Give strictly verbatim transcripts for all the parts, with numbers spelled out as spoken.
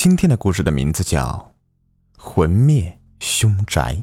今天的故事的名字叫《魂灭凶宅》。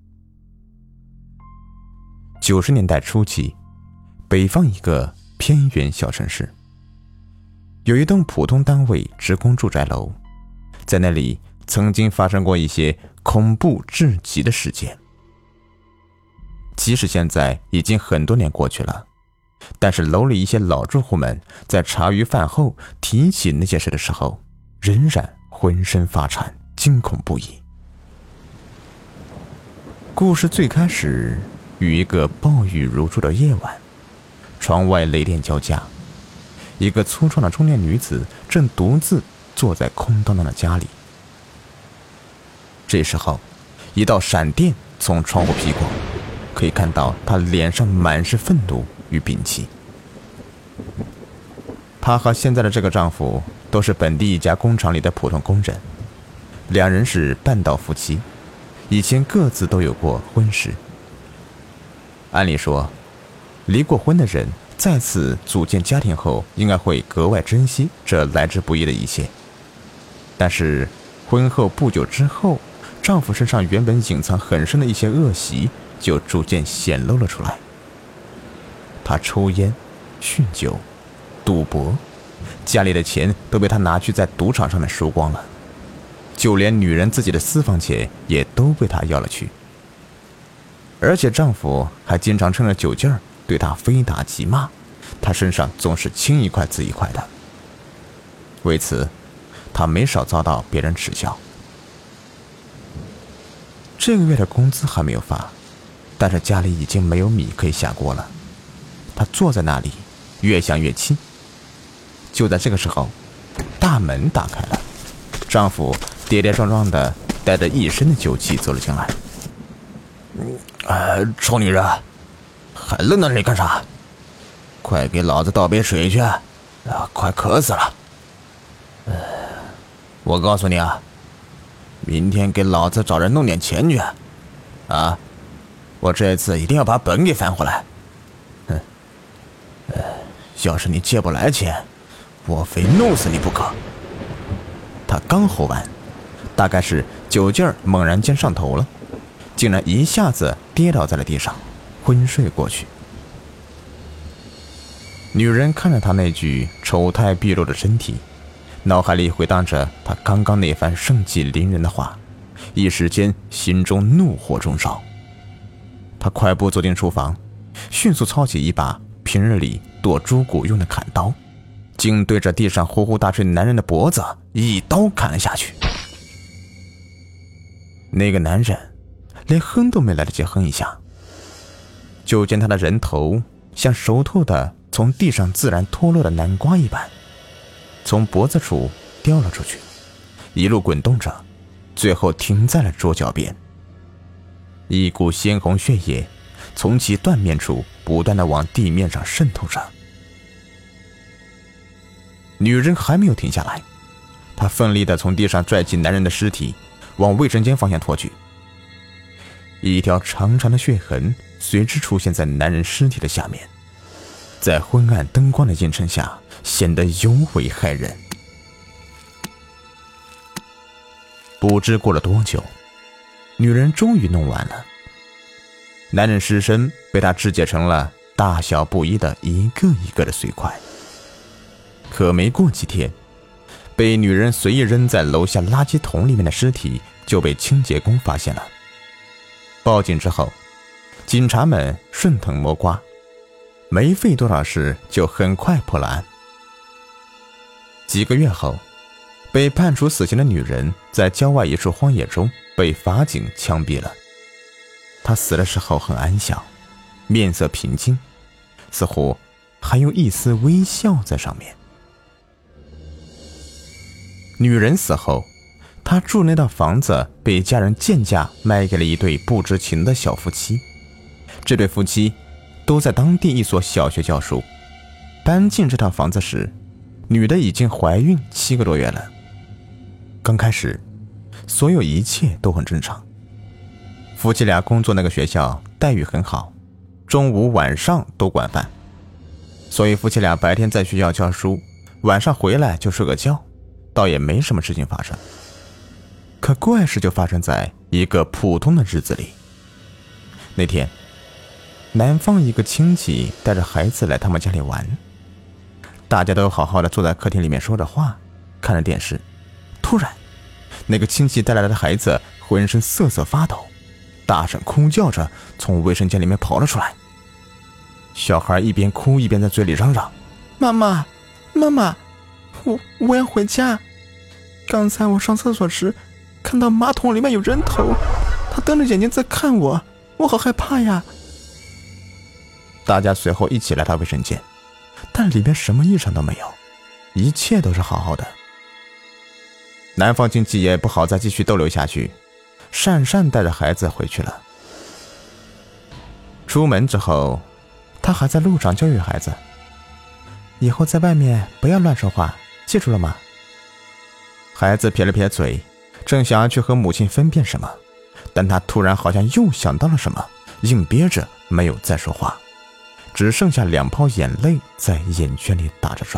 九十年代初期，北方一个偏远小城市，有一栋普通单位职工住宅楼，在那里曾经发生过一些恐怖至极的事件。即使现在已经很多年过去了，但是楼里一些老住户们在茶余饭后提起那件事的时候，仍然浑身发颤，惊恐不已。故事最开始于一个暴雨如注的夜晚，窗外雷电交加，一个粗壮的中年女子正独自坐在空荡荡的家里。这时候，一道闪电从窗户劈过，可以看到她脸上满是愤怒与摒弃。她和现在的这个丈夫都是本地一家工厂里的普通工人，两人是半道夫妻，以前各自都有过婚史。按理说，离过婚的人再次组建家庭后，应该会格外珍惜这来之不易的一切。但是婚后不久之后，丈夫身上原本隐藏很深的一些恶习就逐渐显露了出来。他抽烟、酗酒、赌博，家里的钱都被他拿去在赌场上面输光了，就连女人自己的私房钱也都被他要了去。而且丈夫还经常趁着酒劲儿对她非打即骂，她身上总是青一块紫一块的。为此，她没少遭到别人耻笑。这个月的工资还没有发，但是家里已经没有米可以下锅了。她坐在那里，越想越气。就在这个时候，大门打开了，丈夫跌跌撞撞的带着一身的酒气走了进来。 呃，臭女人，还愣在这里干啥？快给老子倒杯水去，啊，快渴死了。呃，我告诉你啊，明天给老子找人弄点钱去，啊，我这次一定要把本给翻回来。哼，呃，要是你借不来钱，我非弄死你不可。 他刚吼完，大概是酒劲儿猛然间上头了，竟然一下子跌倒在了地上，昏睡过去。女人看着他那具丑态毕露的身体，脑海里回荡着他刚刚那番盛气凌人的话，一时间心中怒火中烧。他快步走进厨房，迅速操起一把平日里剁猪骨用的砍刀，竟对着地上呼呼大睡男人的脖子一刀砍了下去。那个男人连哼都没来得及哼一下，就见他的人头像熟透的从地上自然脱落的南瓜一般，从脖子处掉了出去，一路滚动着，最后停在了桌角边。一股鲜红血液从其断面处不断地往地面上渗透着。女人还没有停下来，她奋力地从地上拽起男人的尸体，往卫生间方向拖去。一条长长的血痕随之出现在男人尸体的下面，在昏暗灯光的映衬下，显得尤为骇人。不知过了多久，女人终于弄完了。男人尸身被她肢解成了大小不一的一个一个的碎块。可没过几天，被女人随意扔在楼下垃圾桶里面的尸体就被清洁工发现了。报警之后，警察们顺藤摸瓜，没费多少事就很快破了案。几个月后，被判处死刑的女人在郊外一处荒野中被法警枪毙了。她死的时候很安详，面色平静，似乎还有一丝微笑在上面。女人死后，她住那套房子被家人贱价卖给了一对不知情的小夫妻。这对夫妻都在当地一所小学教书。搬进这套房子时，女的已经怀孕七个多月了。刚开始，所有一切都很正常。夫妻俩工作那个学校待遇很好，中午晚上都管饭，所以夫妻俩白天在学校教书，晚上回来就睡个觉， 倒也没什么事情发生。可怪事就发生在一个普通的日子里。那天，南方一个亲戚带着孩子来他们家里玩，大家都好好的坐在客厅里面说着话，看着电视。突然，那个亲戚带来的孩子浑身瑟瑟发抖，大声哭叫着从卫生间里面跑了出来。小孩一边哭一边在嘴里嚷嚷：“妈妈，妈妈，我我要回家。刚才我上厕所时看到马桶里面有人头，他瞪着眼睛在看我，我好害怕呀。”大家随后一起来到卫生间，但里面什么异常都没有，一切都是好好的。南方亲戚也不好再继续逗留下去，讪讪带着孩子回去了。出门之后，他还在路上教育孩子：“以后在外面不要乱说话，记住了吗？”孩子撇了撇嘴，正想要去和母亲分辨什么，但他突然好像又想到了什么，硬憋着没有再说话，只剩下两泡眼泪在眼圈里打着转。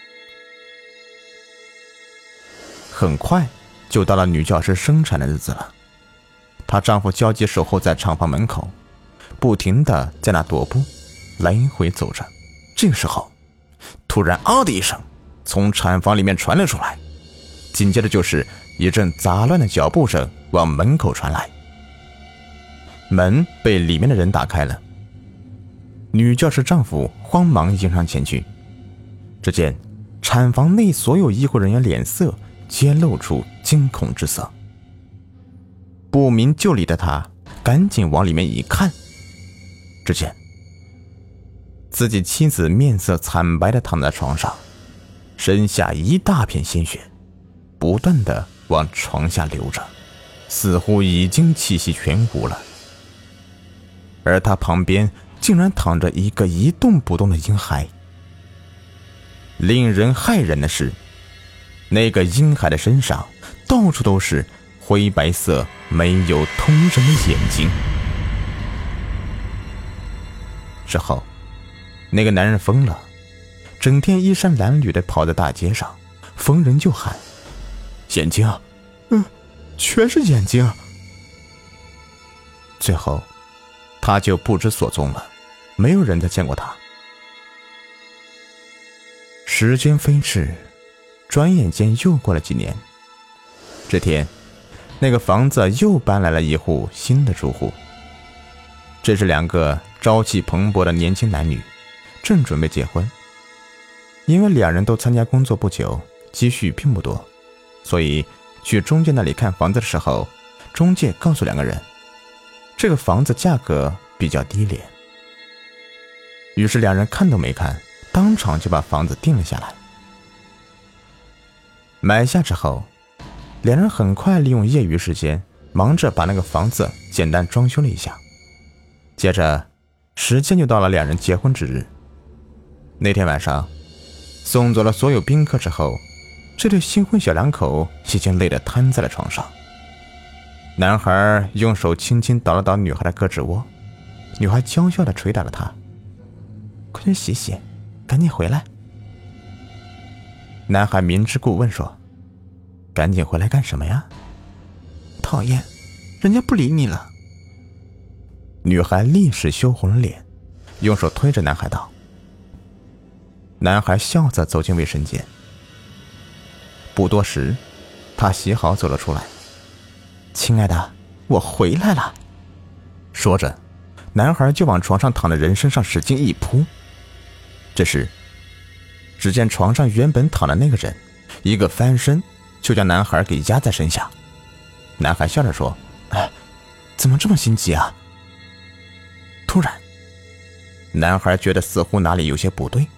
很快就到了女教师生产的日子了，她丈夫焦急守候在厂房门口，不停地在那踱步，来回走着。这个时候，突然啊的一声从产房里面传了出来，紧接着就是一阵杂乱的脚步声往门口传来。门被里面的人打开了，女教师丈夫慌忙迎上前去，只见产房内所有医护人员脸色皆露出惊恐之色。不明就里的他赶紧往里面一看，只见自己妻子面色惨白地躺在床上，身下一大片鲜血不断地往床下流着，似乎已经气息全无了。而他旁边竟然躺着一个一动不动的婴孩。令人骇人的是，那个婴孩的身上到处都是灰白色没有通人的眼睛。之后，那个男人疯了，整天衣衫褴褛地跑在大街上，逢人就喊：“眼睛，嗯，全是眼睛。”最后，他就不知所踪了，没有人再见过他。时间飞逝，转眼间又过了几年。这天，那个房子又搬来了一户新的住户。这是两个朝气蓬勃的年轻男女，正准备结婚。因为两人都参加工作不久，积蓄并不多，所以去中介那里看房子的时候，中介告诉两个人，这个房子价格比较低廉。于是两人看都没看，当场就把房子定了下来。买下之后，两人很快利用业余时间，忙着把那个房子简单装修了一下。接着，时间就到了两人结婚之日。那天晚上，送走了所有宾客之后，这对新婚小两口已经累得瘫在了床上。男孩用手轻轻捣了捣女孩的胳肢窝，女孩娇笑地捶打了他：“快去洗洗，赶紧回来。”男孩明知故问说：“赶紧回来干什么呀？”“讨厌，人家不理你了。”女孩立时羞红了脸，用手推着男孩道。男孩笑着走进卫生间。不多时，他洗好走了出来。“亲爱的，我回来了。”说着，男孩就往床上躺的人身上使劲一扑。这时，只见床上原本躺的那个人一个翻身就将男孩给压在身下。男孩笑着说：“哎，怎么这么心急啊？”突然，男孩觉得似乎哪里有些不对。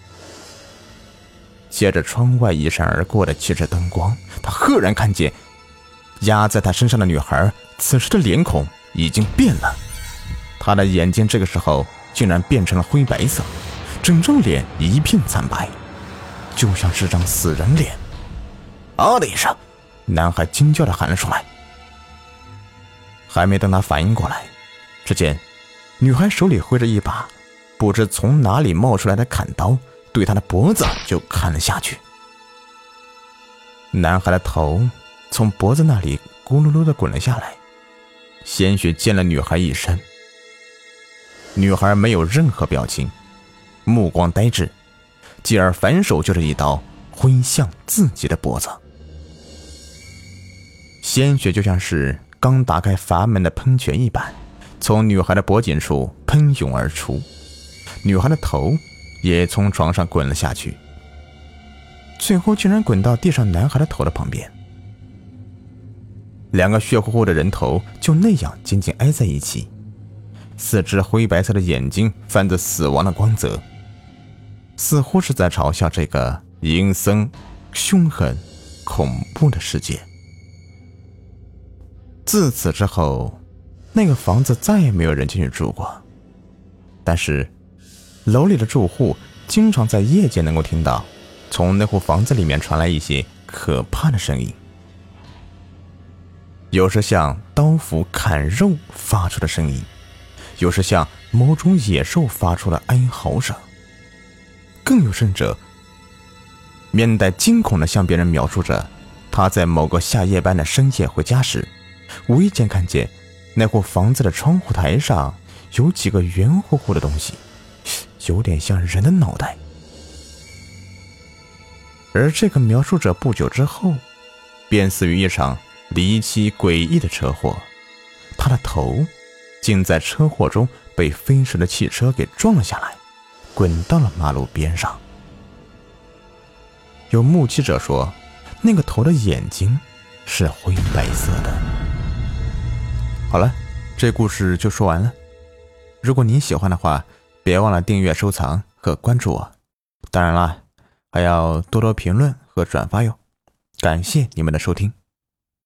借着窗外一闪而过的汽车灯光，他赫然看见压在他身上的女孩此时的脸孔已经变了，她的眼睛这个时候竟然变成了灰白色，整张脸一片惨白，就像是张死人脸。啊的一声，男孩惊叫地喊了出来。还没等他反应过来，只见女孩手里挥着一把不知从哪里冒出来的砍刀，对他的脖子就砍了下去。 男孩的头从脖子那里咕噜噜地滚了下来，鲜血溅了女孩一身。女孩没有任何表情，目光呆滞，继而反手就是一刀挥向自己的脖子。鲜血就像是刚打开阀门的喷泉一般，从女孩的脖颈处喷涌而出，女孩的头也从床上滚了下去，最后竟然滚到地上男孩的头的旁边。两个血乎乎的人头就那样紧紧挨在一起，四只灰白色的眼睛泛着死亡的光泽，似乎是在嘲笑这个阴森、凶狠、恐怖的世界。自此之后，那个房子再也没有人进去住过，但是楼里的住户经常在夜间能够听到从那户房子里面传来一些可怕的声音，有时像刀斧砍肉发出的声音，有时像某种野兽发出的哀嚎声，更有甚者面带惊恐地向别人描述着他在某个下夜班的深夜回家时，无意间看见那户房子的窗户台上有几个圆乎乎的东西，有点像人的脑袋。而这个描述者不久之后便死于一场离奇诡异的车祸，他的头竟在车祸中被飞驰的汽车给撞了下来，滚到了马路边上。有目击者说，那个头的眼睛是灰白色的。好了，这故事就说完了。如果您喜欢的话，别忘了订阅、收藏和关注我。当然啦，还要多多评论和转发哟。感谢你们的收听。